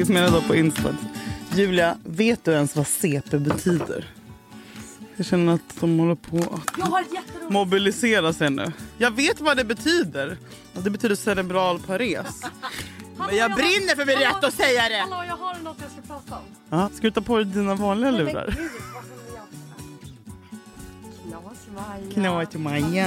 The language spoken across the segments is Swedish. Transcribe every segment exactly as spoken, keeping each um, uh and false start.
skilsmässa då på Insta. Julia, vet du ens vad C P betyder? Jag känner att de håller på att mobilisera sig nu. Jag vet vad det betyder. Det betyder cerebral pares. Men jag brinner för mig rätt att säga det. Hallå, jag har något jag ska prata om. Ja, ska du ta på dig dina vanliga lurar? Knas Maja. Knas Maja.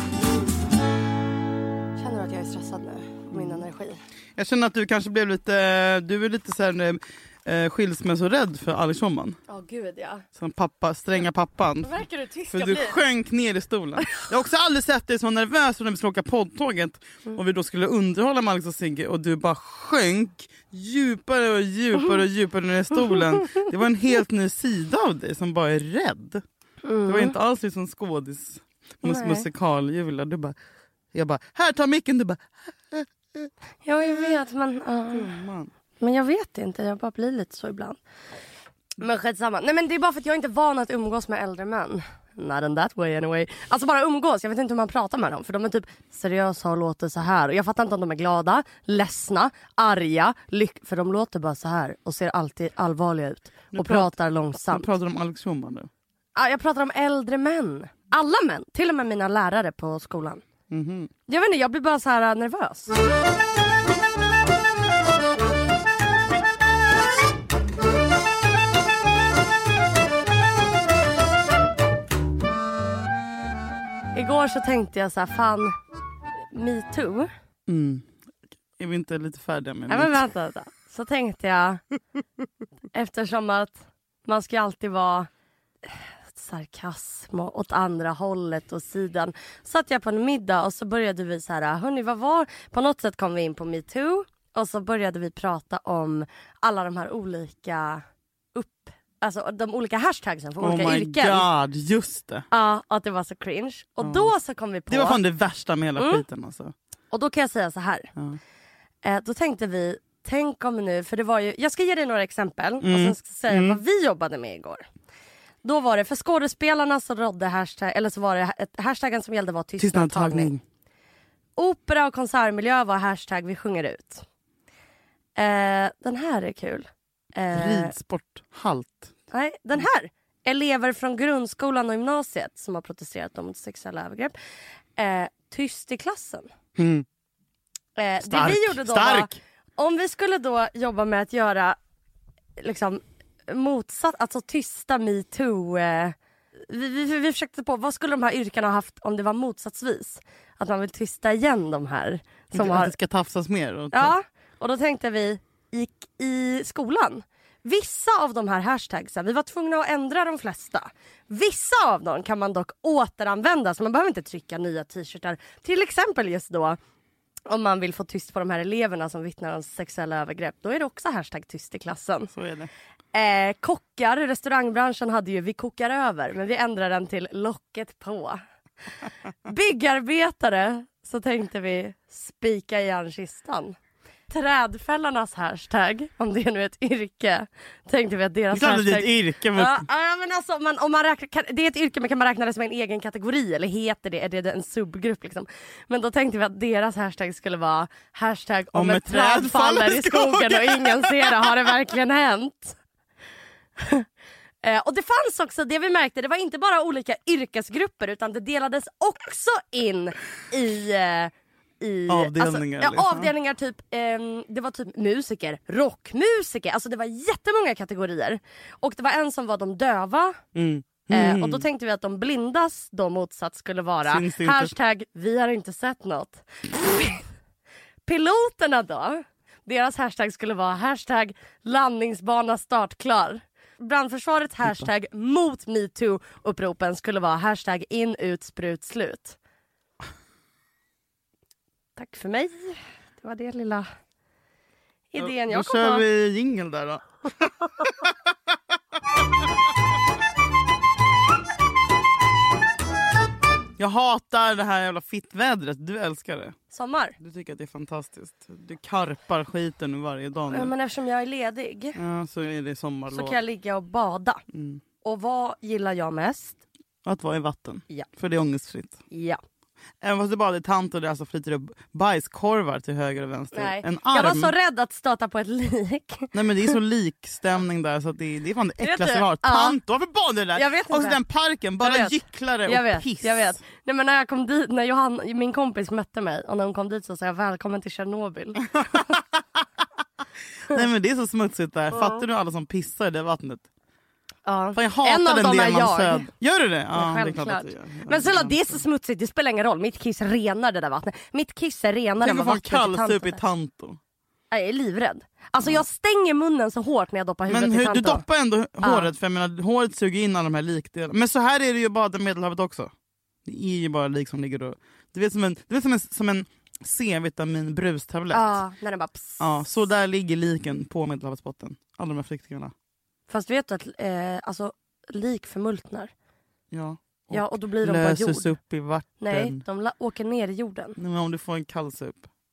Känner du att jag är stressad nu? Min energi. Jag känner att du kanske blev lite... Du är lite så här... Eh, skilsmässorädd för Alex Schulman. Ja, oh, gud ja. Som pappa, stränga pappan. Då verkar du tyst. För du blir. sjönk ner i stolen. Jag har också aldrig sett dig så nervös när vi skulle åka poddtåget. Mm. Och vi då skulle underhålla med Alex och Sigge. Och du bara sjönk djupare och djupare och djupare ner i stolen. Det var en helt ny sida av dig som bara är rädd. Mm. Det var inte alls liksom skådis mus- musikal Julia. Du bara, jag bara, här ta micken. Du bara... Ja, jag vet, men... Uh... Men jag vet inte, jag bara blir lite så ibland. Men skitsamma. Nej, men det är bara för att jag inte är van att umgås med äldre män. Not in that way anyway. Alltså bara umgås, jag vet inte hur man pratar med dem. För de är typ seriösa och låter så här. Och jag fattar inte om de är glada, ledsna, arga, lyck... För de låter bara så här och ser alltid allvarliga ut. Och pratar, pratar långsamt. Du pratar om Alex Schulman nu? Ja, jag pratar om äldre män. Alla män, till och med mina lärare på skolan. Mm-hmm. Jag vet inte, jag blir bara så här nervös. Igår så tänkte jag så här, fan, me too. Mm. Är vi inte lite färdiga med det? Ja, men vänta, vänta. Så tänkte jag, eftersom att man ska alltid vara sarkasm åt andra hållet och sidan. Satt jag på en middag och så började vi så här, hörni, vad var? På något sätt kom vi in på me too. Och så började vi prata om alla de här olika upp... Alltså de olika hashtagsen för oh olika yrken. Oh my god, just det. Ja, att det var så cringe. Och oh. då så kom vi på... Det var fan det värsta med hela mm. skiten alltså. Och då kan jag säga så här. Ja. Eh, då tänkte vi, tänk om nu, för det var ju... Jag ska ge dig några exempel mm. och sen ska jag säga mm. vad vi jobbade med igår. Då var det, för skådespelarna så rådde hashtag, eller så var det ett hashtaggen som gällde var tystnadtagning. Opera och konsertmiljö var hashtag vi sjunger ut. Eh, den här är kul. Eh, Ridsport, halt. Nej, den här. Elever från grundskolan och gymnasiet som har protesterat mot sexuella övergrepp. Eh, tyst i klassen. Mm. Eh, Stark. Det vi gjorde då Stark. var, om vi skulle då jobba med att göra liksom motsatt, alltså tysta me too. Eh, vi, vi, vi försökte på, vad skulle de här yrkena ha haft om det var motsatsvis? Att man vill tysta igen de här. Som att har... det ska tafsas mer. Och ja, och då tänkte vi i, i skolan. Vissa av de här hashtagsen, vi var tvungna att ändra de flesta. Vissa av dem kan man dock återanvända, så man behöver inte trycka nya t-shirtar. Till exempel just då, om man vill få tyst på de här eleverna som vittnar om sexuella övergrepp, då är det också hashtag tyst i klassen. Så är det. Eh, kockar, restaurangbranschen hade ju vi kokar över, men vi ändrade den till locket på. Byggarbetare, så tänkte vi spika igen kistan. Trädfällarnas hashtag, om det är nu ett yrke, tänkte vi att deras det hashtag... Det är ett yrke. Men... Ja, ja, men alltså, man, om man räknar, kan, det är ett yrke, men kan man räkna det som en egen kategori? Eller heter det, är det en subgrupp liksom? Men då tänkte vi att deras hashtag skulle vara hashtag om, om ett träd faller i skogen och ingen ser det, har det verkligen hänt? eh, och det fanns också, det vi märkte, det var inte bara olika yrkesgrupper, utan det delades också in i... Eh, I, avdelningar, alltså, ja, liksom. avdelningar typ, eh, det var typ musiker, rockmusiker, alltså det var jättemånga kategorier. Och det var en som var de döva. Mm. Mm. Eh, och då tänkte vi att de blindas då motsats skulle vara hashtag vi har inte sett något. Piloterna då, deras hashtag skulle vara hashtag landningsbana startklar. Brandförsvarets hashtag mot MeToo-uppropen skulle vara hashtag in ut sprut slut. Tack för mig. Det var det lilla idén jag då kom på. Då kör vi jingle där då. Jag hatar det här jävla fittvädret. Du älskar det. Sommar. Du tycker att det är fantastiskt. Du karpar skiten varje dag nu. Ja, men eftersom jag är ledig. Ja, så är det sommarlov. Så kan jag ligga och bada. Mm. Och vad gillar jag mest? Att vara i vatten. Ja. För det är ångestfritt. Ja. Även fast det bara är tant och det alltså flyter upp bajskorvar till höger och vänster. Nej. En arm. Jag var så rädd att stöta på ett lik. Nej men det är så likstämning där så att det, det är fan det äckligaste jag har. Ja. Tant, varför bad du det där? Jag vet inte. Och så den parken, bara gycklare och jag vet, piss. Jag vet. Nej, men när jag kom dit, när Johan, min kompis mötte mig och när hon kom dit så sa jag välkommen till Tjernobyl. Nej men det är så smutsigt där. Mm. Fattar du alla som pissar i det vattnet? Ja. Fan, jag hatar en av den dem är man jag. söd. Gör du det? Ja, ja, det är klart att du gör. Men så det är så smutsigt, det spelar ingen roll. Mitt kiss renar det där vattnet. Mitt kiss är renare än vad vattnet i Tanto. Tänk att få kallsup i Tanto. Jag är livrädd. Alltså jag stänger munnen så hårt när jag doppar huvudet men i hur, Tanto. du doppar ändå ja. håret, för jag menar, håret suger in alla de här likdelarna. Men så här är det ju bara i Medelhavet också. Det är ju bara lik som ligger då. Du vet som en, du vet som en, som en C-vitamin brustablett. Ja, när den bara pss. Ja, så där ligger liken på Medelhavets botten. Alla de här flyktingarna. Fast vet du att eh, alltså, lik förmultnar. Ja. Och ja, och då blir de bara jord. löses upp i vatten. Nej, de la- åker ner i jorden. Nej, men om du får en kallsup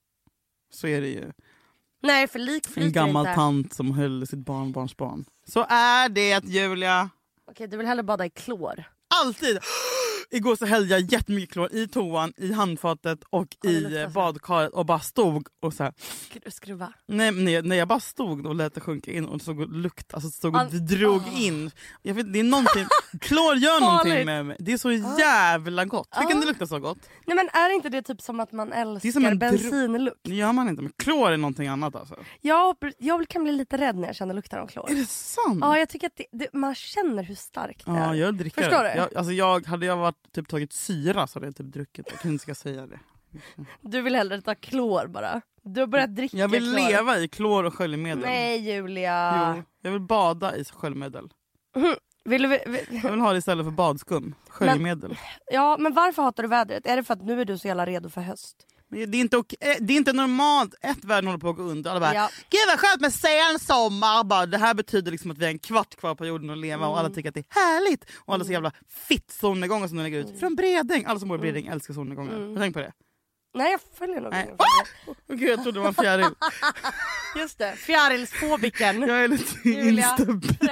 så är det ju Nej, för lik flyter en gammal inte. tant som höll sitt barnbarns barn. Så är det, Julia. Okej, du vill hellre bada i klor. Alltid. Igår så hällde jag jättemycket klor i toan, i handfatet och ja, i badkaret och bara stod och så här. Skru- skruva. Nej, nej, nej, jag bara stod och lät det sjunka in och såg och lukt, alltså stod och All... drog oh. in. Jag vet, det är någonting, klor gör någonting med mig. Det är så jävla gott. Hur kan oh. det lukta så gott? Nej, men är inte det typ som att man älskar som en bensinlukt? Det gör man inte, men klor är någonting annat alltså. Jag, jag kan bli lite rädd när jag känner lukten av klor. Är det sant? Ja, jag tycker att det, det, man känner hur starkt det är. Ja, jag dricker. Förstår du? Jag, alltså jag, hade jag varit, typ tagit syra så hade jag typ druckit. Jag kunde ska säga det. Du vill hellre ta klor bara. Du har börjat dricka Jag vill klor. leva i klor och sköljmedel. Nej, Julia. Jo, jag vill bada i sköljmedel. Mm. Vill du, vill... Jag vill ha det istället för badskum. Sköljmedel. Men, ja, men varför hatar du vädret? Är det för att nu är du så jävla redo för höst? Men det är inte okej. Det är inte normalt. Ett världen håller på att gå under. Alla bara, ja. Gud vad skönt med sensommar. Bara, det här betyder liksom att vi har en kvart kvar på jorden att leva. Mm. Och alla tycker att det är härligt. Och alla så jävla fitt solnedgångar som de lägger ut. Mm. Från Bredäng. Alla som bor i Bredäng älskar solnedgångar. Mm. Jag tänk på det. Nej, jag följer nog. Nej. Oh! Gud, jag trodde det var en fjäril. Just det, fjärilsfobiken. Jag är lite instabil.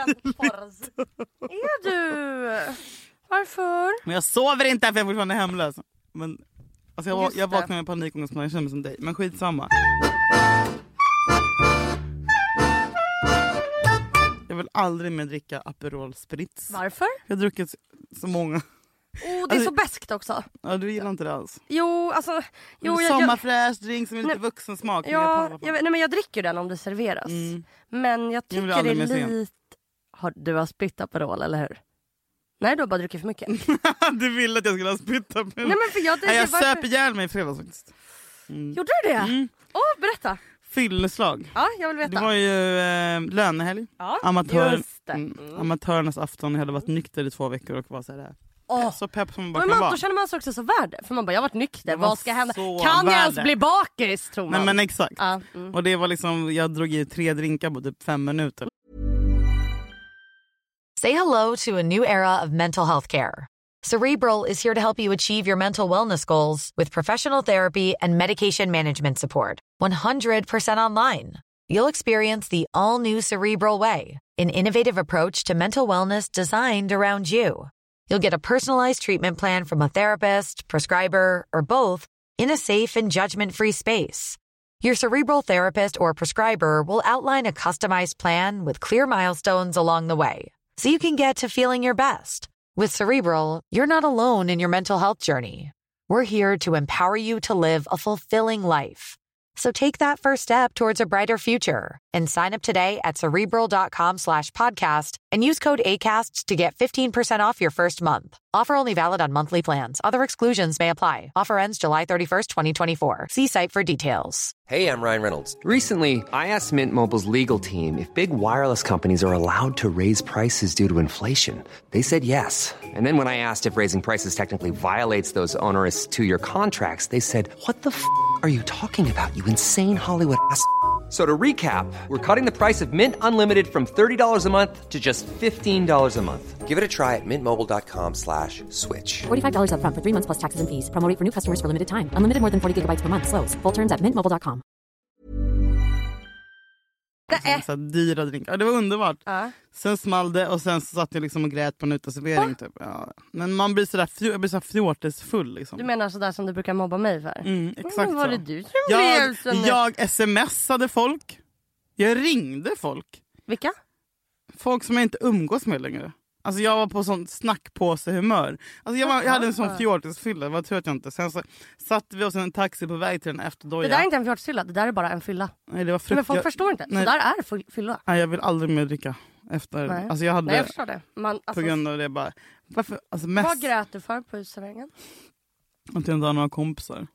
Är du? Varför? Men jag sover inte för jag är fortfarande hemlös. Men alltså jag, jag vaknar med panikångest när jag känner mig som dig. Men skitsamma. Jag vill aldrig mer dricka Aperol Spritz. Varför? Jag har druckit så många. Oh, det är alltså, så beskt också. Ja, du gillar inte det alls. Jo, alltså... Jo, jag, sommarfräsch drink som är lite vuxensmak. Ja, jag, jag, nej, men jag dricker den om det serveras. Mm. Men jag tycker jag det är lite... Har, du har spytt Aperol, eller hur? Nej, du har bara druckit för mycket. Du ville att jag skulle ha spytt Aperol. Nej, men för jag nej, jag varför... söp ihjäl mig i fredags faktiskt. Mm. Gjorde du det? Åh, mm. oh, berätta. Fylleslag. Ja, jag vill veta. Det var ju eh, lönehelg. Ja, Amatör, just det. Mm. Mm, amatörernas afton. Jag hade varit nykter i två veckor och var så här. Oh. Så pepp som man bara men kan man, vara. Då känner man sig också så värd. För man bara, jag har varit nykter. Vad ska hända? Kan värde. jag ens bli bakis, tror man? Nej, men exakt. Ah, mm. Och det var liksom, jag drog i tre drinkar på typ fem minuter. Say hello to a new era of mental health care. Cerebral is here to help you achieve your mental wellness goals with professional therapy and medication management support. one hundred percent online. You'll experience the all-new Cerebral Way, an innovative approach to mental wellness designed around you. You'll get a personalized treatment plan from a therapist, prescriber, or both in a safe and judgment-free space. Your Cerebral therapist or prescriber will outline a customized plan with clear milestones along the way, so you can get to feeling your best. With Cerebral, you're not alone in your mental health journey. We're here to empower you to live a fulfilling life. So take that first step towards a brighter future and sign up today at Cerebral.com slash podcast and use code ACAST to get fifteen percent off your first month. Offer only valid on monthly plans. Other exclusions may apply. Offer ends July thirty-first, twenty twenty-four. See site for details. Hey, I'm Ryan Reynolds. Recently, I asked Mint Mobile's legal team if big wireless companies are allowed to raise prices due to inflation. They said yes. And then when I asked if raising prices technically violates those onerous two-year contracts, they said, what the f*** are you talking about, you insane Hollywood ass f- So to recap, we're cutting the price of Mint Unlimited from thirty dollars a month to just fifteen dollars a month. Give it a try at mintmobile.com slash switch. forty-five dollars up front for three months plus taxes and fees. Promo rate for new customers for limited time. Unlimited more than forty gigabytes per month slows. Full terms at mint mobile dot com. Liksom, så här, dyra drinkar. Ja, det var underbart. Ja. Sen small det och sen så satt jag liksom och grät på en uteservering. Typ. Ja. Men man blir sådär, jag blir så fjortisfull. Liksom. Du menar sådär som du brukar mobba mig för? Mm, exakt mm, var så. det du som jag, blev som jag smsade folk. Jag ringde folk. Vilka? Folk som jag inte umgås med längre. Alltså jag var på sån snackpåse-humör. Alltså jag, var, jag hade en sån fjortisfylla, vad tror jag inte. Sen så satte vi oss i en taxi på väg till den efterdoja. Det där är inte en fjortisfylla, det där är bara en fylla. Nej, det var frukt. Men folk jag, förstår inte, nej. så där är fylla. Nej, jag vill aldrig mer dricka efter. Nej. Alltså jag hade, nej, jag förstår det. Man, alltså, på grund av det bara... Varför, alltså mest, vad grät du för på utserveringen? att jag inte har några kompisar.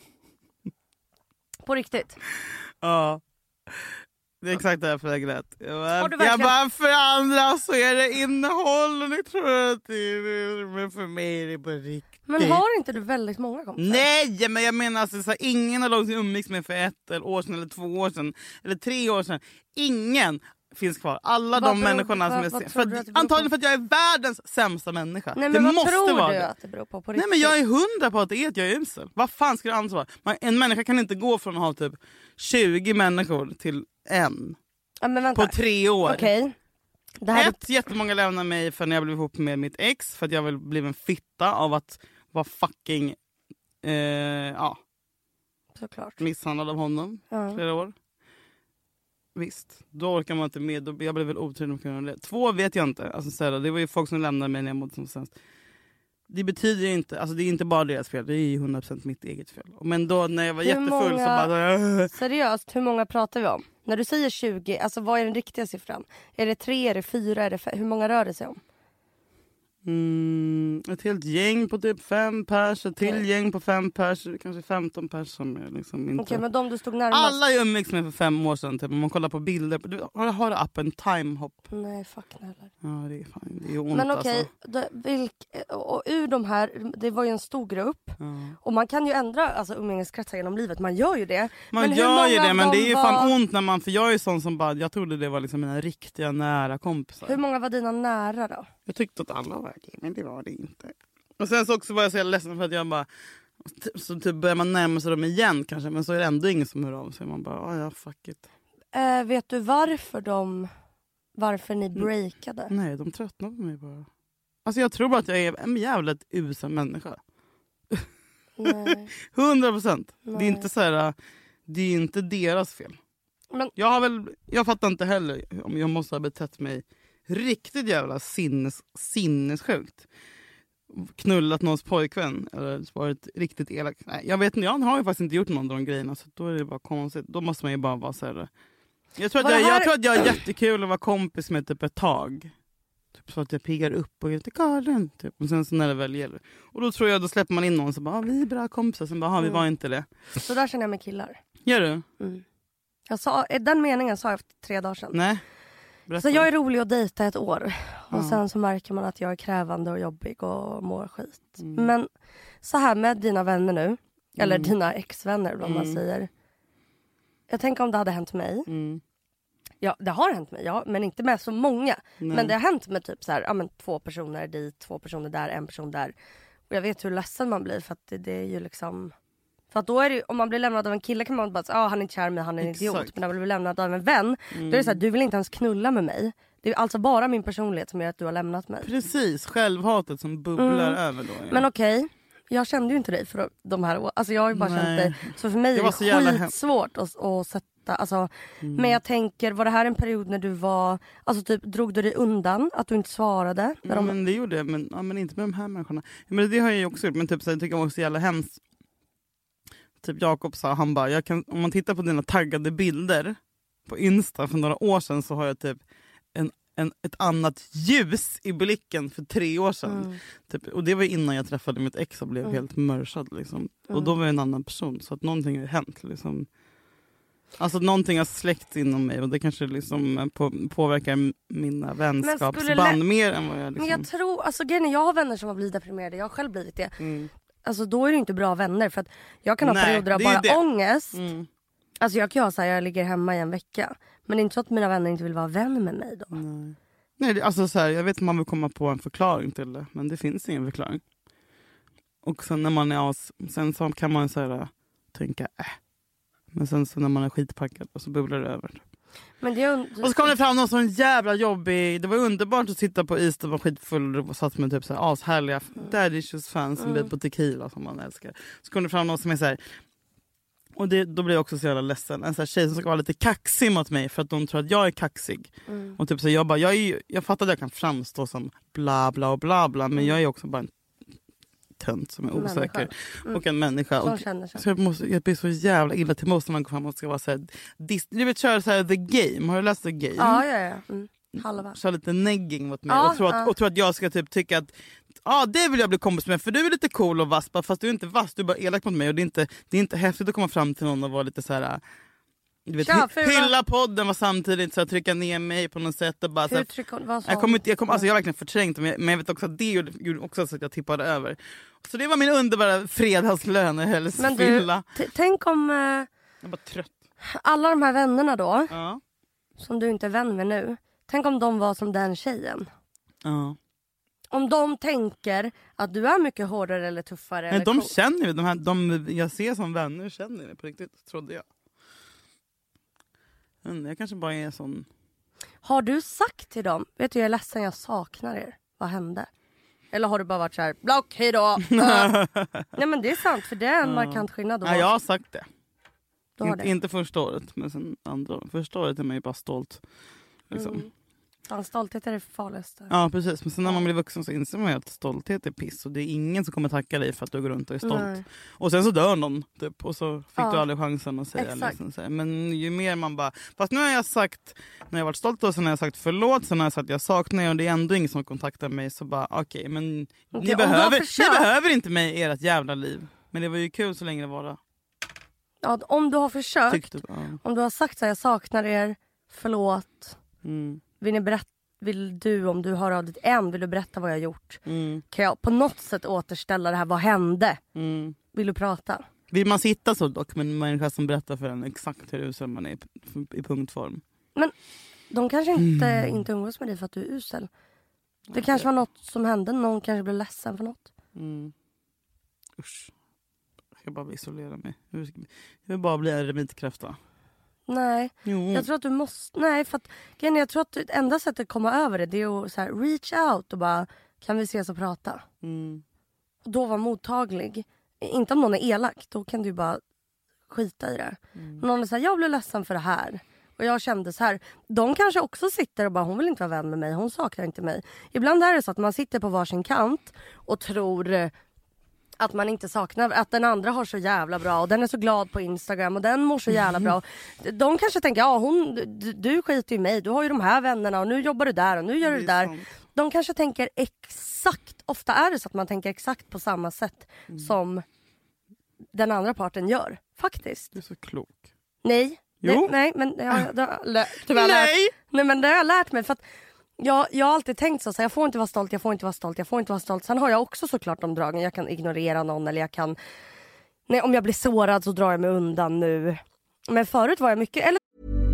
På riktigt? Ja. Det är exakt därför jag grät. Jag bara, verkligen... jag bara för andra så är det innehåll och ni tror att det är, men för mig är det på riktigt. Men har inte du väldigt många kompisar? Nej, men jag menar alltså, så här, ingen har någonsin umgåtts med för ett eller år sedan eller två år sedan eller tre år sedan. Ingen finns kvar. Alla vad de beror, människorna vad, som vad är tror för, du att det antagligen på? för att jag är världens sämsta människa. Nej, men det vad måste tror vara du det. att det beror på? På Nej, riktigt? men jag är hundra på att det är att jag är usel. Vad fan ska det annars vara? Man, en människa kan inte gå från att ha typ tjugo människor till en. Ja, men vänta. På tre år. Okej. Det här Ett, jättemånga lämnar mig för när jag blev ihop med mitt ex. För att jag vill bli en fitta av att vara fucking eh, ja, såklart. misshandlad av honom Ja. flera år. Visst, då orkar man inte med. Då, jag blev väl otrevlig med det. Två vet jag inte. Alltså, så här, det var ju folk som lämnade mig när jag mådde som sämst. Det betyder inte, alltså det är inte bara deras fel. Det är ju hundra procent mitt eget fel. Men då när jag var Hur jättefull många... så bara... Seriöst, hur många pratar vi om? När du säger tjugo, alltså vad är den riktiga siffran? Är det tre, är det fyra, är det fem? Hur många rör det sig om? Mm, ett helt gäng på typ fem pers, ett till Okay. gäng på fem pers, kanske femton pers som är liksom inte... Okej, men de du stod närmast... Alla jag umgicks med för fem år sedan, typ. Om man kollar på bilder, du har, har du appen Timehop? Nej, fuck heller. Ja, det är fan, det är ont. Men okej, alltså. vilk... och ur de här, det var ju en stor grupp. Ja. Och man kan ju ändra alltså, umgängeskretsar genom livet, man gör ju det. Man men hur gör ju många det, av men dem det är ju var... fan ont när man, för jag är sån som bara, jag trodde det var liksom mina riktiga nära kompisar. Hur många var dina nära då? Jag tyckte att alla var det, men det var det inte. Och sen så också var jag så ledsen för att jag bara, så typ börjar man närma sig dem igen kanske, men så är det ändå ingen som hör av sig. Man bara, ah, ja fuck it. Eh, vet du varför de, varför ni breakade? Nej, de tröttnar på mig bara. Alltså jag tror bara att jag är en jävligt usel människa. Nej. Hundra procent. Det är Nej. inte så här, det är inte deras fel. Men... Jag har väl, jag fattar inte heller om jag måste ha betett mig riktigt jävla sinnes, sinnessjukt. Knullat någons pojkvän eller varit riktigt elak. Nej, jag vet inte, jag har ju faktiskt inte gjort någon av de grejerna, så då är det bara konstigt. Då måste man ju bara vara så här. Jag tror att, jag, här... jag tror att jag är jättekul att vara kompis med typ ett tag. Typ så att jag piggar upp och är lite galen. Typ. Och sen så när det väl gäller. Och då tror jag, då släpper man in någon så bara, ah, vi är bra kompisar. Sen bara, ah, vi Mm. var inte det. Så där känner jag med killar. Gör du? Mm. Jag sa, den meningen sa jag för tre dagar sedan. Nej. Berätta. Så jag är rolig att dejta ett år. Och Ja. sen så märker man att jag är krävande och jobbig och mår skit. Mm. Men så här med dina vänner nu. Eller Mm. dina exvänner, vad man Mm. säger. Jag tänker om det hade hänt mig. Mm. Ja, det har hänt mig, ja, men inte med så många. Nej. Men det har hänt med typ så här, ja, men två personer dit, två personer där, en person där. Och jag vet hur ledsen man blir, för att det, det är ju liksom... För att då är det ju, om man blir lämnad av en kille kan man bara säga, ah, han är inte kär med, han är en Exakt. idiot. Men när man blir lämnad av en vän, Mm. då är det så här, du vill inte ens knulla med mig. Det är alltså bara min personlighet som gör att du har lämnat mig. Precis, självhatet som bubblar Mm. över då. Ja. Men okej, jag kände ju inte dig för de här åren. Alltså jag har ju bara Nej. känt dig. Så för mig Det är var det så jävla hem- skitsvårt att, att sätta. Alltså, Mm. men jag tänker, var det här en period när du var, alltså typ drog du dig undan? Att du inte svarade? När Ja, de... men det gjorde jag, men, ja, men inte med de här människorna. Ja, men det har jag ju också gjort, men typ, så jag tycker det var så jävla hemskt. Typ Jakob sa, han bara, jag kan, om man tittar på dina taggade bilder på Insta för några år sedan, så har jag typ en, en, ett annat ljus i blicken för tre år sedan. Mm. Typ, och det var innan jag träffade mitt ex och blev Mm. helt mörsad. Liksom. Mm. Och då var jag en annan person, så att någonting har hänt. Liksom. Alltså någonting har släckt inom mig och det kanske liksom på, påverkar mina vänskapsband lä- mer än vad jag Men liksom... jag tror, alltså grejen är, jag har vänner som har blivit deprimerade, jag har själv blivit det. Mm. Alltså då är det inte bra vänner, för att jag kan ha Nej, perioder av det är bara det. ångest. Mm. Alltså jag kan ha så här, jag ligger hemma i en vecka. Men det är inte så att mina vänner inte vill vara vän med mig då. Nej, Nej det, alltså så här, jag vet att man vill komma på en förklaring till det, men det finns ingen förklaring. Och sen när man är as, sen så kan man så här, tänka äh. Men sen så när man är skitpackad och så bubblar det över. Men det är und- och så kom det fram någon sån jävla jobbig. Det var underbart att sitta på is och var skitfull och satt med typ så här ashärliga mm. daddy issues fans som mm. blir på tequila som man älskar. Så kom det fram någon som är så här. Och det, då blir jag också så jävla ledsen. En sån här tjej som ska vara lite kaxig mot mig för att de tror att jag är kaxig. Mm. Och typ så jag bara, jag, är, jag fattar att jag kan framstå som bla bla och bla bla. Men jag är också bara en tönt som är osäker. Mm. Och en människa. Och, så jag, måste, jag blir så jävla illa till mods när man går fram och ska vara så här. Dis, du vet köra så här The Game. Har du läst The Game? Ja, ja, ja. Mm. Halva. Så lite negging mot mig. Ja, och, tror att, ja. och tror att jag ska typ tycka att ja, det vill jag bli kompis med. För du är lite cool och vaspa. Fast du är inte vass. Du är bara elak mot mig. Och det är inte, det är inte häftigt att komma fram till någon och vara lite så här. Du vet, Tja, hylla podden var samtidigt så att trycka ner mig på något sätt och bara så här, vad jag kommer inte jag kom alltså jag har verkligen förträngt men jag, men jag vet också att det gjorde, gjorde också så att jag tippade över. Så det var min underbara fredagslön eller men du, t- tänk om eh, jag var trött. Alla de här vännerna då ja. Som du inte är vän med nu. Tänk om de var som den tjejen. Ja. Om de tänker att du är mycket hårdare eller tuffare. Men eller de cool. känner ju de här de jag ser som vänner känner mig på riktigt trodde jag. Jag kanske bara är sån. Har du sagt till dem, vet du jag är ledsen, jag saknar er. Vad hände? Eller har du bara varit så här, block, hej då. uh. Nej men det är sant, för det är en uh. markant skillnad. Ja, jag har sagt det. In, det. Inte första året, men sen andra. Första året är man ju bara stolt. Liksom. Mm. Ja, stolthet är det farligaste. Ja, precis. Men sen när man blir vuxen så inser man ju att stolthet är piss. Och det är ingen som kommer tacka dig för att du går runt och är stolt. Nej. Och sen så dör någon. Typ, och så fick ja. du aldrig chansen att säga. Liksom, så men ju mer man bara... Fast nu har jag sagt, när jag varit stolt och sen har jag sagt förlåt. Sen har jag sagt att jag saknar er och det är ändå ingen som kontaktar mig. Så bara, okej, okay, men okay, ni, behöver, ni behöver inte mig i ert jävla liv. Men det var ju kul så länge det var. Ja, om du har försökt. Du, ja. Om du har sagt så här, jag saknar er, förlåt. Mm. Vill ni berätta? Vill du, om du har av ditt än, vill du berätta vad jag har gjort? Mm. Kan jag på något sätt återställa det här? Vad hände? Mm. Vill du prata? Vill man sitta så dock med en människa som berättar för en exakt hur usel man är i, i punktform? Men de kanske inte, mm. inte umgås med dig för att du är usel. Det ja, kanske det. var något som hände. Någon kanske blev ledsen för något. Mm. Usch. Jag ska bara isolera mig. Jag vill bara bli en eremitkräfta. Nej, jo. jag tror att du måste... Nej, för att jag tror att det enda sättet att komma över det, det är att så här, reach out och bara, kan vi ses och prata? Mm. Och då vara mottaglig. Inte om någon är elak, då kan du bara skita i det. Mm. Någon är så här, jag blev ledsen för det här. Och jag kände så här, de kanske också sitter och bara, hon vill inte vara vän med mig, hon saknar inte mig. Ibland är det så att man sitter på varsin kant och tror... att man inte saknar, att den andra har så jävla bra och den är så glad på Instagram och den mår så jävla bra. De kanske tänker, ja hon, du, du skiter i mig, du har ju de här vännerna och nu jobbar du där och nu gör du det där. Sant. De kanske tänker exakt, ofta är det så att man tänker exakt på samma sätt mm. som den andra parten gör, faktiskt. Du är så klok. Nej, det, nej men jag, det, det, tyvärr nej. Lärt, nej men det har jag lärt mig för att Jag, jag har alltid tänkt så, så jag får inte vara stolt, jag får inte vara stolt, jag får inte vara stolt. Sen har jag också såklart de dragen. Jag kan ignorera någon eller jag kan... Nej, om jag blir sårad så drar jag mig undan nu. Men förut var jag mycket... Eller...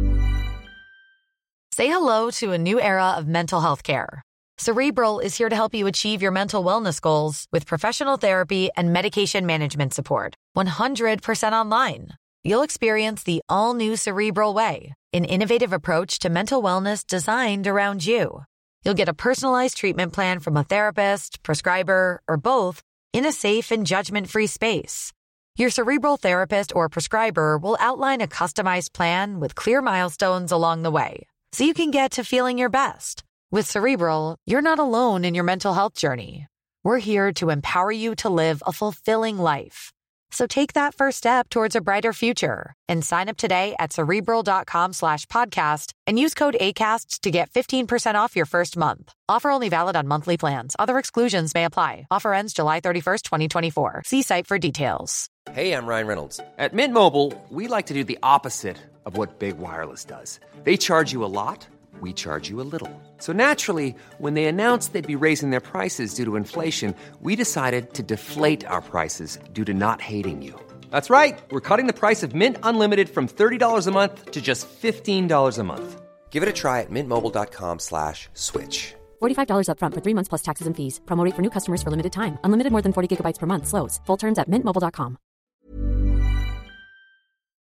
Say hello to a new era of mental health care. Cerebral is here to help you achieve your mental wellness goals with professional therapy and medication management support. one hundred percent online. You'll experience the all-new Cerebral Way, an innovative approach to mental wellness designed around you. You'll get a personalized treatment plan from a therapist, prescriber, or both in a safe and judgment-free space. Your Cerebral therapist or prescriber will outline a customized plan with clear milestones along the way, so you can get to feeling your best. With Cerebral, you're not alone in your mental health journey. We're here to empower you to live a fulfilling life. So take that first step towards a brighter future and sign up today at Cerebral.com slash podcast and use code ACAST to get fifteen percent off your first month. Offer only valid on monthly plans. Other exclusions may apply. Offer ends July thirty-first, twenty twenty-four. See site for details. Hey, I'm Ryan Reynolds. At Mint Mobile, we like to do the opposite of what Big Wireless does. They charge you a lot. We charge you a little. So naturally, when they announced they'd be raising their prices due to inflation, we decided to deflate our prices due to not hating you. That's right. We're cutting the price of Mint Unlimited from thirty dollars a month to just fifteen dollars a month. Give it a try at mintmobile.com slash switch. forty-five dollars up front for three months plus taxes and fees. Promo rate for new customers for limited time. Unlimited more than forty gigabytes per month slows. Full terms at mint mobile dot com.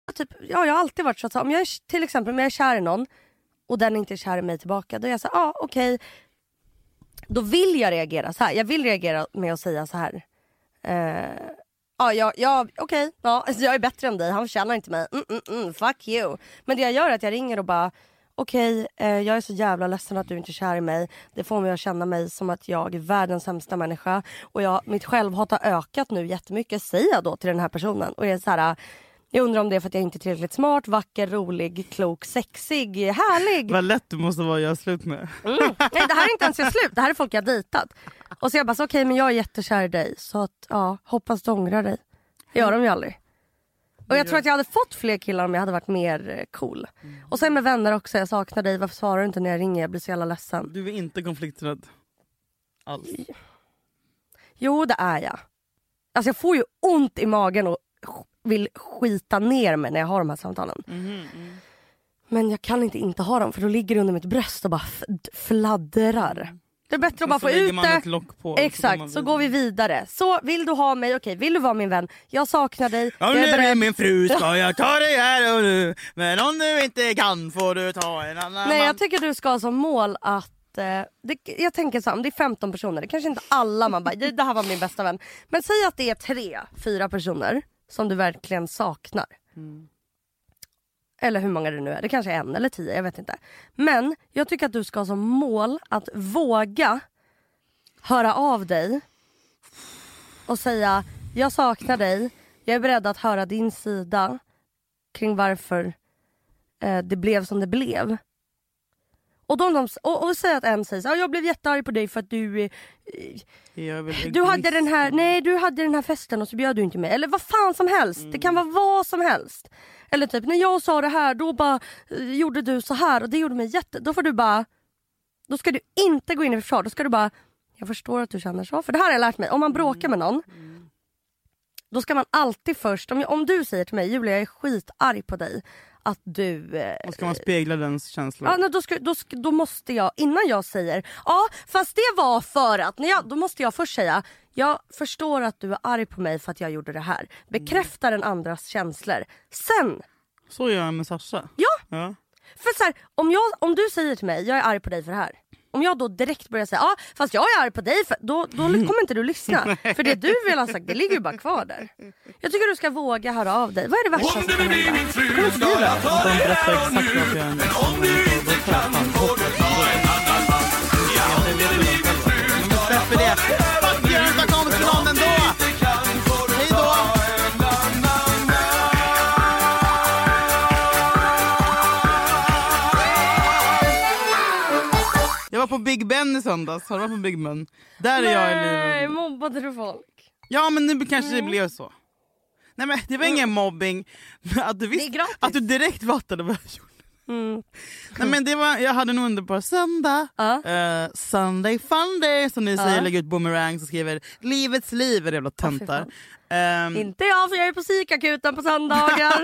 typ, ja, jag har alltid varit så att om jag är, till exempel om jag är kär i någon och den inte är kär i mig tillbaka, då är jag så här, ja ah, okej. Okay. Då vill jag reagera så här. Jag vill reagera med att säga så här. Eh, ja, ja, ja okej. Okay, ja, alltså jag är bättre än dig. Han känner inte mig. Mm, mm, mm, fuck you. Men det jag gör är att jag ringer och bara, okej, okay, eh, jag är så jävla ledsen att du inte är kär i mig. Det får mig att känna mig som att jag är världens sämsta människa. Och jag, mitt självhat har ökat nu jättemycket, säger jag då till den här personen. Och jag är så här... Jag undrar om det är för att jag inte är tillräckligt smart, vacker, rolig, klok, sexig, härlig. Vad lätt du måste vara att göra slut med. Mm. Nej, det här är inte ens jag slut. Det här är folk jag har dejtat. Och så jag bara, okej okay, men jag är jättekär i dig. Så att, ja, hoppas du ångrar dig. Det gör de ju aldrig. Och jag tror att jag hade fått fler killar om jag hade varit mer cool. Mm. Och sen med vänner också, jag saknar dig. Varför svarar du inte när jag ringer? Jag blir så jävla ledsen. Du är inte konflikträdd alls. Jo, det är jag. Alltså jag får ju ont i magen och vill skita ner mig när jag har de här samtalen. Mm, mm. Men jag kan inte inte ha dem, för då ligger det under mitt bröst och bara f- fladdrar. Mm. Det är bättre att bara få ut det. På, exakt, så, så går vi vidare. Så vill du ha mig, okej, vill du vara min vän? Jag saknar dig. Om du är min fru ska jag ta dig här och nu. Men om du inte kan får du ta en annan. Nej, jag tycker du ska ha som mål att eh, det, jag tänker så här, om det är femton personer, det kanske inte alla man bara, det, det här var min bästa vän. Men säg att det är tre, fyra personer som du verkligen saknar. Mm. Eller hur många det nu är. Det kanske är en eller tio, jag vet inte. Men jag tycker att du ska ha som mål att våga höra av dig och säga, jag saknar dig. Jag är beredd att höra din sida kring varför eh, det blev som det blev. Och, de, och, och säga att en säger så här, jag blev jättearg på dig för att du eh, du hade den här nej du hade den här festen och så bjöd du inte med, eller vad fan som helst. Mm. Det kan vara vad som helst. Eller typ när jag sa det här, då bara eh, gjorde du så här och det gjorde mig jätte, då får du bara, då ska du inte gå in i försvar, då ska du bara, jag förstår att du känner så, för det här har jag lärt mig, om man bråkar med någon mm. då ska man alltid först, om, om du säger till mig, Julia jag är skitarg på dig, att du... Eh, och ska man spegla den känslan? Ja, nej, då, ska, då, ska, då måste jag, innan jag säger, ja fast det var för att, när jag, då måste jag först säga, jag förstår att du är arg på mig för att jag gjorde det här. Bekräfta mm. den andras känslor. Sen... Så gör jag med Sasha. Ja, ja. För så här, om, jag, om du säger till mig, jag är arg på dig för det här. Om jag då direkt börjar säga, ja fast jag är arg på dig, för, då, då kommer inte du lyssna. För det du vill ha sagt, det ligger ju bara kvar där. Jag tycker du ska våga höra av dig. Vad är det värsta som kan hända? Du kommer skriva det. De berättar exakt vad jag gör. Men om du inte kan får du ta en annan man. Jag vet inte själva. Men vi släpper det. Fuck you, utan kommer till någon ändå. Hej då. Jag var på Big Ben i söndags. Har du varit på Big Ben? Där är Nej, jag i livet. Nej, mobbade du folk? Ja, men nu kanske mm. det blev så. Nej, men det var mm. ingen mobbing. Att du, visst, att du direkt vattnade vad jag gjorde. Mm. Nej, men det var, jag hade en underbar söndag. Uh. Uh, Sunday fun day. Som ni uh. säger, lägger ut boomerang och skriver livets liv är det jävla töntar. Oh, um, inte jag, för jag är på psykakuten på söndagar.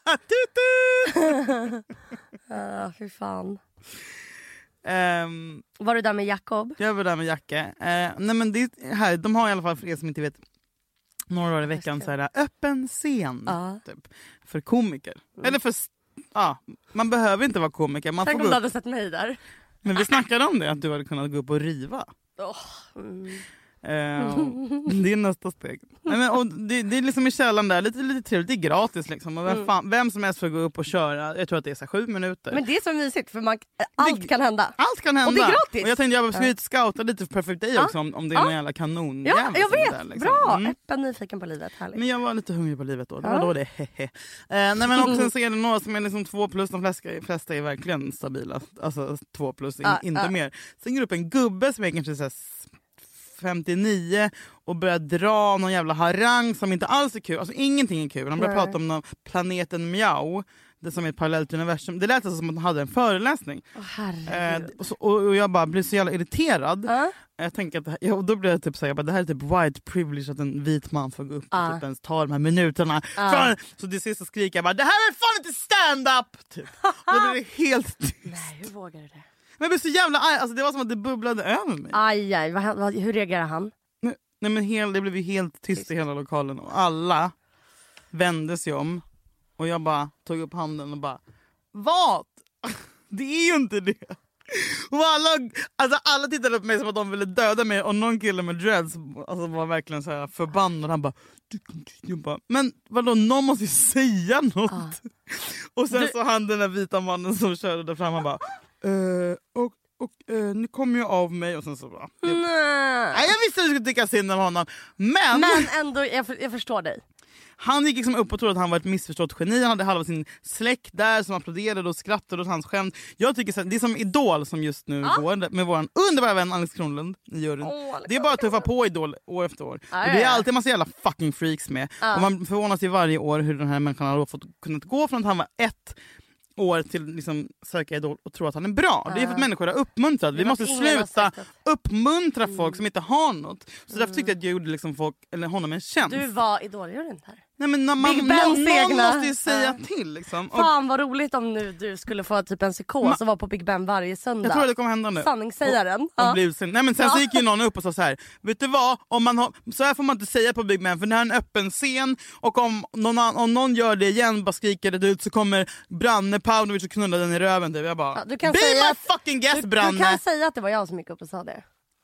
uh, fy fan. Um, var du där med Jakob? Jag var där med Jacke. Uh, nej men det här, de har i alla fall, för er som inte vet, några dagar i veckan så är det öppen scen uh. typ, för komiker. Mm. Eller för, ja, man behöver inte vara komiker. Man Tänk får om gå du hade sett mig där. Men vi snackade om det, att du hade kunnat gå upp och riva. Oh. Mm. Uh, det är nästa steg. Nej, men, och det, det är liksom i källan där, lite, lite trevligt, det är gratis liksom. Och vem, fan, vem som helst får gå upp och köra. Jag tror att det är så sju minuter. Men det är så mysigt, för man, allt det, kan hända. Allt kan hända. Och det är gratis. Och jag tänkte jag skulle scouta lite för Perfect Day också, om, om det är en jävla kanon. Ja, jag vet. Där, liksom. Bra, mm. öppen nyfiken på livet. Härligt. Men jag var lite hungrig på livet då. Det var ja. då det hehe. Uh, nej, men också så är det några som är liksom två plus. De flesta, flesta är verkligen stabila. Alltså två plus, in, uh, inte uh. mer. Sen går upp en gubbe som är kanske så här femtionio och börjar dra någon jävla harang som inte alls är kul. Alltså ingenting är kul. Han börjar Nej. prata om någon planeten Miao, det som är ett parallellt universum. Det lät alltså som att han hade en föreläsning. Oh, eh, och, så, och jag bara blev så jävla irriterad. Uh. Jag tänker att ja, och då blev jag typ så här, jag bara, det här är typ white privilege att en vit man får gå upp och uh. typ ens ta de här minuterna. Uh. För, så till sist så skriker jag bara, det här är fan inte stand-up! Typ. Och då blev det helt tyst. Nej, hur vågar du det? Men jag blev så jävla arg, alltså det var som att det bubblade över mig. Aj, aj, vad, vad, hur reagerar han? Nej, nej men hel, det blev ju helt tyst i hela lokalen och alla vände sig om Och jag bara tog upp handen och bara, vad? Det är ju inte det. Och alla, alltså alla tittade på mig som att de ville döda mig. Och någon kille med dreads alltså var verkligen så här förbannad. Han bara, jag bara men vadå, någon måste ju säga något. Ah. Och sen du... så han den där vita mannen som körde där fram, han bara eh, och, och eh, nu kommer jag av mig. Och sen så bara jag, nej, jag visste att du skulle tycka synd om honom. Men, men ändå, jag, för, jag förstår dig. Han gick liksom upp och trodde att han var ett missförstått geni. Han hade halva sin släkt där som applåderade och skrattade åt hans skämt. Jag tycker så här, det är som Idol som just nu ah. går med vår underbara vän Alex Kronlund i juryn. Oh, det är bara att tuffa på Idol år efter år. Ah, och det är alltid en massa jävla fucking freaks med. Ah. Och man förvånas ju varje år hur den här människan har fått kunnat gå från att han var ett år till liksom söka Idol och tro att han är bra. Ah. Det är för att människor har uppmuntrat. Vi måste sluta uppmuntra mm. folk som inte har något. Så mm. därför tyckte jag att jag gjorde liksom folk, eller honom en tjänst. Du var Idol-juryn här. Nej, men man, Big någon, någon måste ju säga uh. till liksom. Fan vad roligt om nu du skulle få typ en psykos och vara på Big Ben varje söndag. Jag tror det kommer hända nu. Sanningssägaren. Och, och uh. Nej men sen ja. så gick ju någon upp och sa så här: vet du vad, om man har, så här får man inte säga på Big Ben för det här är en öppen scen. Och om någon, om någon gör det igen, bara skriker det ut, så kommer Branne Paunovic och knulla den i röven typ. Jag bara, ja, du kan be säga my att, fucking guest du, Branne. Du kan säga att det var jag som gick upp och sa det.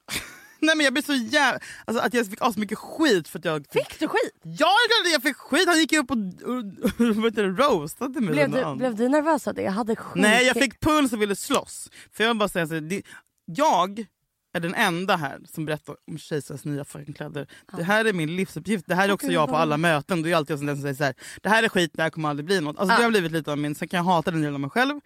Nej men jag blir så jävla... Alltså att jag fick så mycket skit för att jag... Fick du skit? Ja, jag fick skit. Han gick ju upp och, och, och vad heter det, roastade mig. Blev du, blev du nervös av det? Jag hade skit. Nej, jag fick puls och ville slåss. För jag vill bara säga så det, jag är den enda här som berättar om kejsarens nya fucking kläder. Ah. Det här är min livsuppgift. Det här är också jag på alla möten. Det är alltid jag som säger så här: det här är skit, det här kommer aldrig bli något. Alltså ah. det har blivit lite av min... Sen kan jag hata den delen av mig själv.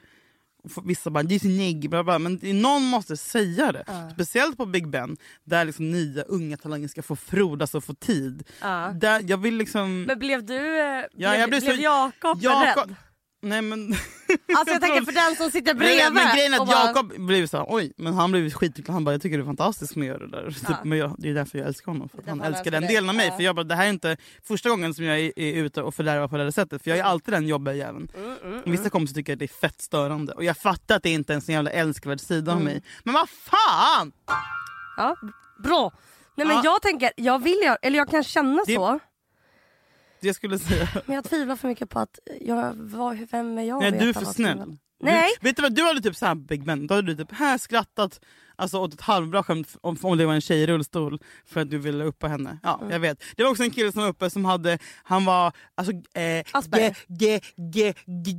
Vissa bara, det är så negg, bla bla, men någon måste säga det. Uh. Speciellt på Big Ben, där liksom nya unga talanger ska få frodas och få tid. Uh. Där jag vill liksom... Men blev du, ja, blev, jag blev, blev så... Jakob Jakob... rädd? Nej men... Alltså jag tänker för den som sitter bredvid. Men, men grejen är att bara... Jakob blev så här, oj, men han blev skitlycklig. Han bara, jag tycker det är fantastiskt med att göra det där. Ja. Typ, men jag, det är därför jag älskar honom. För att han älskar den delen av mig. Ja. För jag bara, det här är inte första gången som jag är, är ute och fördärvar på det här sättet. För jag är alltid den jobbiga jäveln. Mm, mm, mm. Vissa kompisar tycker att det är fett störande. Och jag fattar att det inte är en sån jävla älskvärd sida mm. av mig. Men vad fan! Ja, bra. Nej men ja. jag tänker, jag vill göra, eller jag kan känna det... så. Jag skulle säga. Men jag tvivlar för mycket på att jag var, vem är jag? Nej, du är för snäll. Nej. Du, vet du vad, du hade typ så här Big Ben. Då hade du typ här skrattat alltså åt ett halvbra skämt om, om det var en tjej i rullstol för att du ville uppa henne. Ja, mm. jag vet. Det var också en kille som var uppe som hade, han var alltså eh, ge, ge, ge, ge,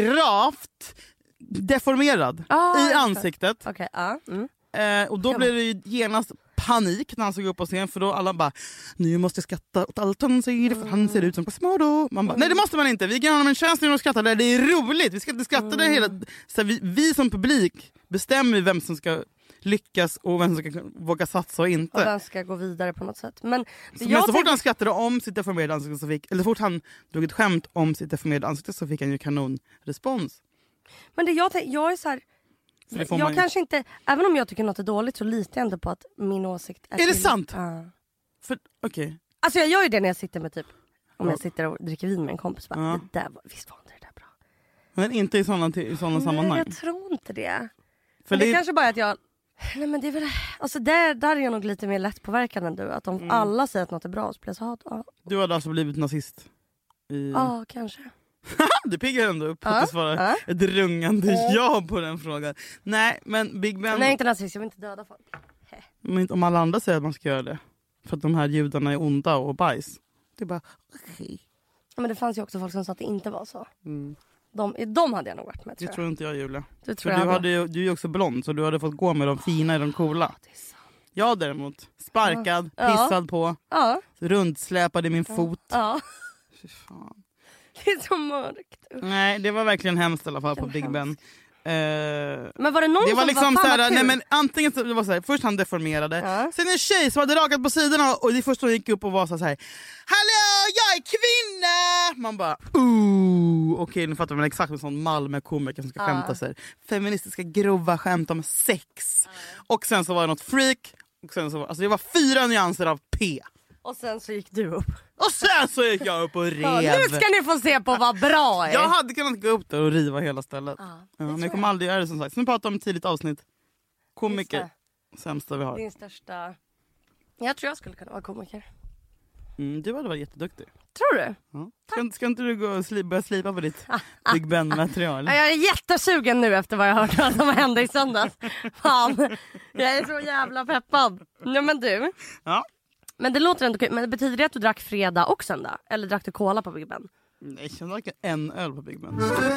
gravt deformerad ah, i ansiktet. Okay, uh, mm. eh, och då blev det ju genast panik när han såg upp på scen, för då alla bara, nu måste jag skratta åt allt han säger för han ser ut som Quasimodo. Man bara, nej det måste man inte, vi kan ha en chans nu att skratta där, det är roligt, vi ska inte skratta mm. där hela så här, vi, vi som publik bestämmer vem som ska lyckas och vem som ska våga satsa och inte. Och vem ska gå vidare på något sätt. Men, så, men så fort han skrattade om sitt deformerade ansikte så fick, eller så fort han drog ett skämt om sitt deformerade ansikte så fick han ju kanonrespons. Men det jag, jag är så här, jag man... kanske inte, även om jag tycker något är dåligt så litar jag ändå på att min åsikt är... Är det sant? Ja. För, okej. Okay. Alltså jag gör ju det när jag sitter med typ, om jag sitter och dricker vin med en kompis. Bara, ja. det där var, visst var inte det där bra. Men inte i sådana, i sådana nej, sammanhang? Jag tror inte det. För det, det är kanske bara att jag... Nej men det är väl... Alltså där, där är jag nog lite mer lättpåverkad än du. Att om mm. alla säger att något är bra så blir jag så hat. Ja. Du hade alltså blivit nazist? I... Ja, kanske. Du piggar ändå upp ja, att svara ja. ett rungande ja. ja på den frågan. Nej, men Big Ben... Nej, inte nazist, jag vill inte döda folk. Men om alla andra säger att man ska göra det. För att de här judarna är onda och bajs. Det är bara, okej. Okay. Ja, men det fanns ju också folk som sa att det inte var så. Mm. De, de hade jag nog varit med, tror jag. Det tror inte jag, Julia. Du, tror jag du, hade ju, du är ju också blond, så du hade fått gå med de fina i de coola. Ja, det är sant. Jag däremot, sparkad, ja. pissad på, ja. rundsläpad i min ja. fot. Ja. Fy fan. Det är så mörkt. Nej, det var verkligen hemskt i alla fall på Big Ben. Uh, men var det någon det var som liksom var fan såhär, nej men antingen så, det var såhär, först han deformerade, ja. sen en tjej som hade rakat på sidorna och det första hon gick upp och var så här: hallå, jag är kvinna! Man bara, ooh, okej okay, nu fattar man exakt en sån Malmö-komiker som ska ja. skämta sig. Feministiska grova skämt om sex. Ja. Och sen så var det något freak. Och sen så var, alltså det var fyra nyanser av P. Och sen så gick du upp. Och sen så gick jag upp och rev. Ja, nu ska ni få se på vad bra är. Jag hade kunnat gå upp där och riva hela stället. Ja, ja, men jag kommer aldrig göra det som sagt. Så nu pratar om ett tidigt avsnitt. Komiker. Sämsta vi har. Din största... Jag tror jag skulle kunna vara komiker. Mm, du hade varit jätteduktig. Tror du? Ja. Ska, ska inte du gå och sli, börja slipa på ditt Big Ben-material? Jag är jättesugen nu efter vad jag hört vad som hände i söndags. Fan, jag är så jävla peppad. Ja, men du. Ja. Men det låter ändå kul. Men det betyder det att du drack fredag och söndag? Eller drack du cola på Big Ben? Nej, jag drack en öl på Big Ben.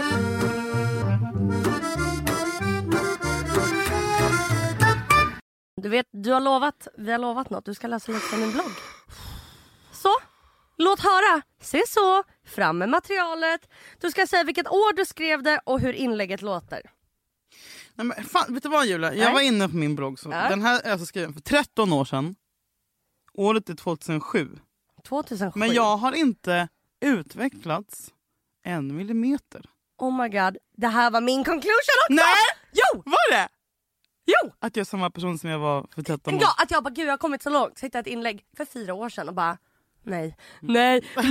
Du vet, du har lovat, vi har lovat något. Du ska läsa lite från min blogg. Så, låt höra. Se så, fram med materialet. Du ska säga vilket år du skrev det och hur inlägget låter. Nej, men fan, vet du vad, Julia? Jag Nej. var inne på min blogg. Så Ja. Den här är alltså skriven för tretton år sedan. Året är tvåtusensju. tvåtusensju. Men jag har inte utvecklats en millimeter. Oh my god, det här var min conclusion också! Nej! Jo! Var det? Jo! Att jag är samma person som jag var för tretton år. Ja, att jag bara, gud jag har kommit så långt. Så hittade jag ett inlägg för fyra år sedan och bara, nej, nej, nej!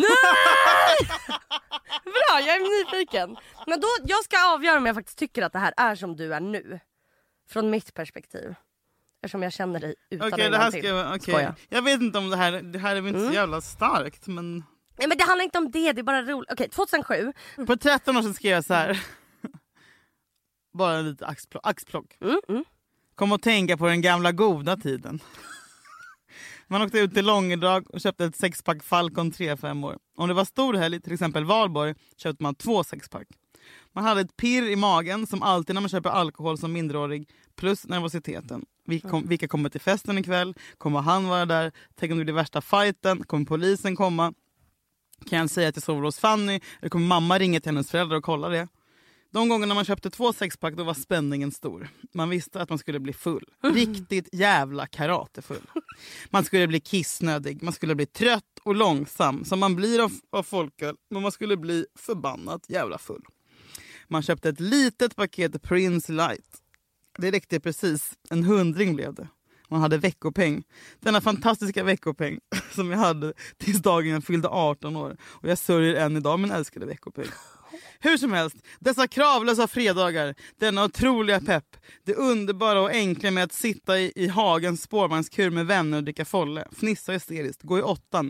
Bra, jag är nyfiken. Men då, jag ska avgöra om jag faktiskt tycker att det här är som du är nu. Från mitt perspektiv. Eftersom jag känner dig utan Okej, en det här gång ska till. jag... okej. Skoja. Jag vet inte om det här... Det här är väl inte Mm. så jävla starkt, men... Nej, men det handlar inte om det, det är bara roligt. Okej, tvåtusensju. På tretton år sedan skrev jag så här. Bara lite axplock. axplock. Mm, mm. Kom att tänka på den gamla goda tiden. Man åkte ut till Långedrag och köpte ett sexpack Falcon tre fem år. Om det var stor helg, till exempel Valborg, köpte man två sexpack. Man hade ett pirr i magen som alltid när man köper alkohol som minderårig, plus nervositeten. Vilka, kom, vilka kommer till festen ikväll? Kommer han vara där? Tänk om det blir värsta fighten? Kommer polisen komma? Kan jag säga att jag sover hos Fanny? Eller kommer mamma ringa till hennes föräldrar och kolla det? De gångerna man köpte två sexpack då var spänningen stor. Man visste att man skulle bli full. Riktigt jävla karatefull. Man skulle bli kissnödig. Man skulle bli trött och långsam. Som man blir av, av folköl. Men man skulle bli förbannat jävla full. Man köpte ett litet paket Prince Light. Det räckte precis. En hundring blev det. Man hade veckopeng. Denna fantastiska veckopeng som jag hade tills dagen jag fyllde arton år. Och jag sörjer än idag min älskade veckopeng. Hur som helst, dessa kravlösa fredagar, denna otroliga pepp, det underbara och enkla med att sitta i, i hagens spårvagnskur med vänner och dricka folle, fnissa hysteriskt, gå i åttan,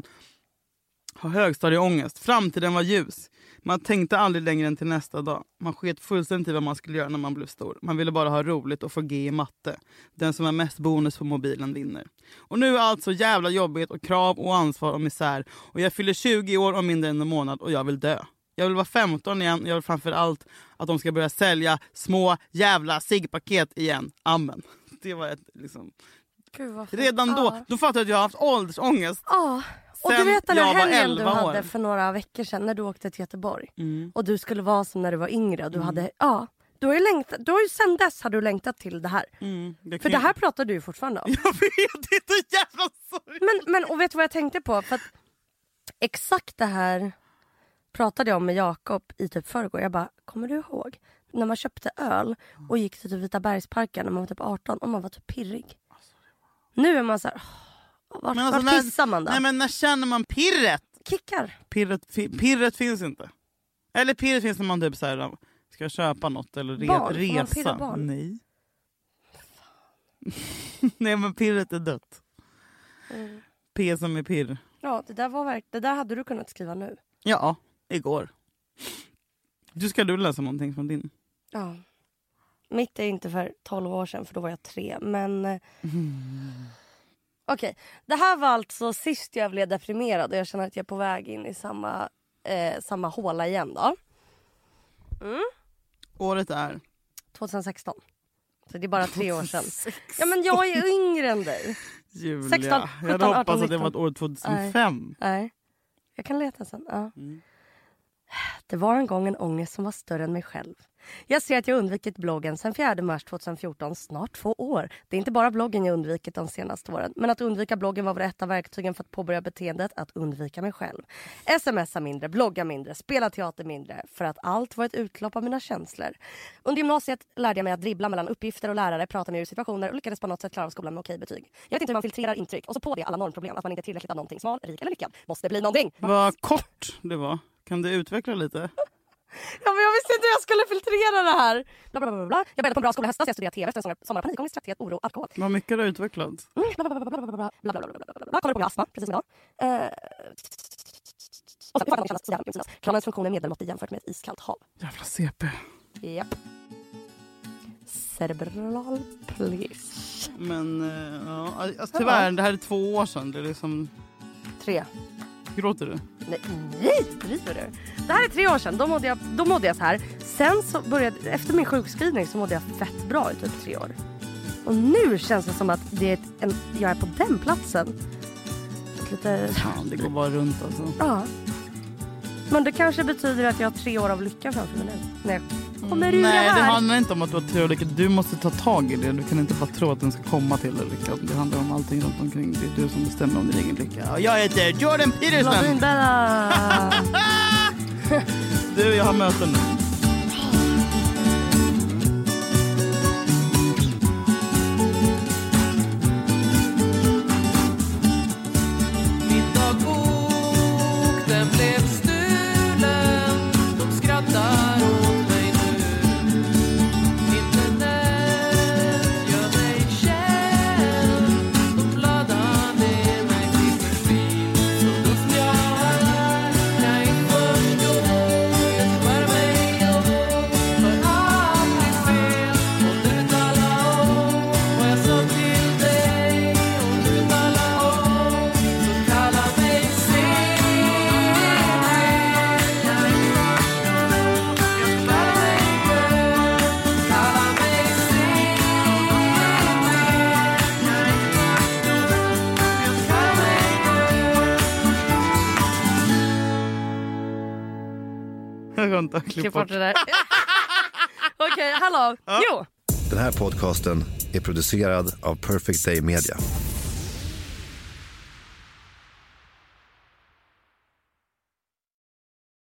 ha högstadieångest, framtiden var ljus. Man tänkte aldrig längre än till nästa dag. Man sket fullständigt i vad man skulle göra när man blev stor. Man ville bara ha roligt och få G i matte. Den som har mest bonus på mobilen vinner. Och nu är allt så jävla jobbigt och krav och ansvar och misär. Och jag fyller tjugo år om mindre än en månad och jag vill dö. Jag vill vara femton igen. Jag vill framför allt att de ska börja sälja små jävla ciggpaket igen. Amen. Det var ett liksom... Gud, vad Redan då, Ja. då fattade jag att jag har haft åldersångest. Ja. Och Sen du vet den här jag var helgen du elva år. hade för några veckor sedan när du åkte till Göteborg. Mm. Och du skulle vara som när du var yngre och du hade, ja. Du har ju längtat, du har ju sen dess har du längtat till det här. Mm, det För kan- det här pratar du ju fortfarande om. Jag vet, det är så jävla sorgligt. Men, men och vet du vad jag tänkte på? För att exakt det här pratade jag om med Jakob i typ förrgår. Jag bara, kommer du ihåg? När man köpte öl och gick till typ Vita Bergsparken när man var typ arton och man var typ pirrig. Nu är man så här, åh, vart, Men alltså, vart när- pissar man då? Nej, men när känner man pirret? Kickar. Pirret, fi, pirret finns inte. Eller pirret finns när man typ så här, ska köpa något eller re, Barn, får man pirra resa. barn? Nej. Nej, men pirret är dött. Mm. P som är pirr. Ja, det där, var verk- det där hade du kunnat skriva nu. Ja, igår. Du ska du läsa någonting från din? Ja. Mitt är inte för tolv år sedan för då var jag tre. Men eh, Mm. okej, det här var alltså sist jag blev deprimerad och jag känner att jag är på väg in i samma, eh, samma håla igen då. Mm. Året är? tjugohundrasexton. Så det är bara tre år sedan. Ja, men jag är yngre än dig. Julia. sexton, jag hade sjutton, hoppats arton, att det var ett år tjugohundrafem. Nej, jag kan leta sen. Ja. Mm. Det var en gång en ångest som var större än mig själv. Jag ser att jag undvikit bloggen sedan fjärde mars tjugohundrafjorton, snart två år. Det är inte bara bloggen jag undvikit de senaste åren. Men att undvika bloggen var väl ett av verktygen för att påbörja beteendet att undvika mig själv. Smsa mindre, blogga mindre, spela teater mindre. För att allt var ett utlopp av mina känslor. Under gymnasiet lärde jag mig att dribbla mellan uppgifter och lärare, prata mig ur situationer och lyckades på något sätt klara av skolan med okej betyg. Jag vet inte hur man filtrerar intryck och så på det alla normproblem. Att man inte är tillräckligt av någonting smal, rik eller lyckad. Måste bli någonting. Vad kort det var. Kan du utveckla lite? Ja, men jag visste inte hur jag skulle filtrera det här. Bla, bla, bla, bla. Jag började på en bra skola höstas. Jag studerade tv efter en sommar. Panikångest, trötthet, oro, alkohol. Vad mycket har du utvecklats. Mm, bla, bla, bla, bla, bla, bla, bla, bla, bla, bla, bla. Kommer på med astma, precis som idag. Eh... Och sen, hur kännas så jävla mycket. Kranens funktion är medelmåttig jämfört med ett iskallt hav. Jävla C P. Japp. Cerebral please. Men uh, ja, alltså, tyvärr, det här är två år sedan. Det är liksom... Tre. Gråter du? Nej, nej, driver du? Det här är tre år sedan. Då mådde jag, då mådde jag så här. Sen så började, efter min sjukskrivning så mådde jag fett bra i typ tre år. Och nu känns det som att det är en, jag är på den platsen. Lite... Ja, det går bara runt alltså. Ja. Men det kanske betyder att jag har tre år av lycka framför mig nu. Nej, kommer ur Nej, det här. det handlar inte om att du har tre år lycka. Du måste ta tag i det. Du kan inte bara tro att den ska komma till dig lycka. Det handlar om allting runt omkring. Det är du som bestämmer om din egen lycka. Och jag heter Jordan Peterson. Du, jag har möten nu. Klipp bort det där. Okej, okay, hallå. Ja. Jo. Den här podcasten är producerad av Perfect Day Media.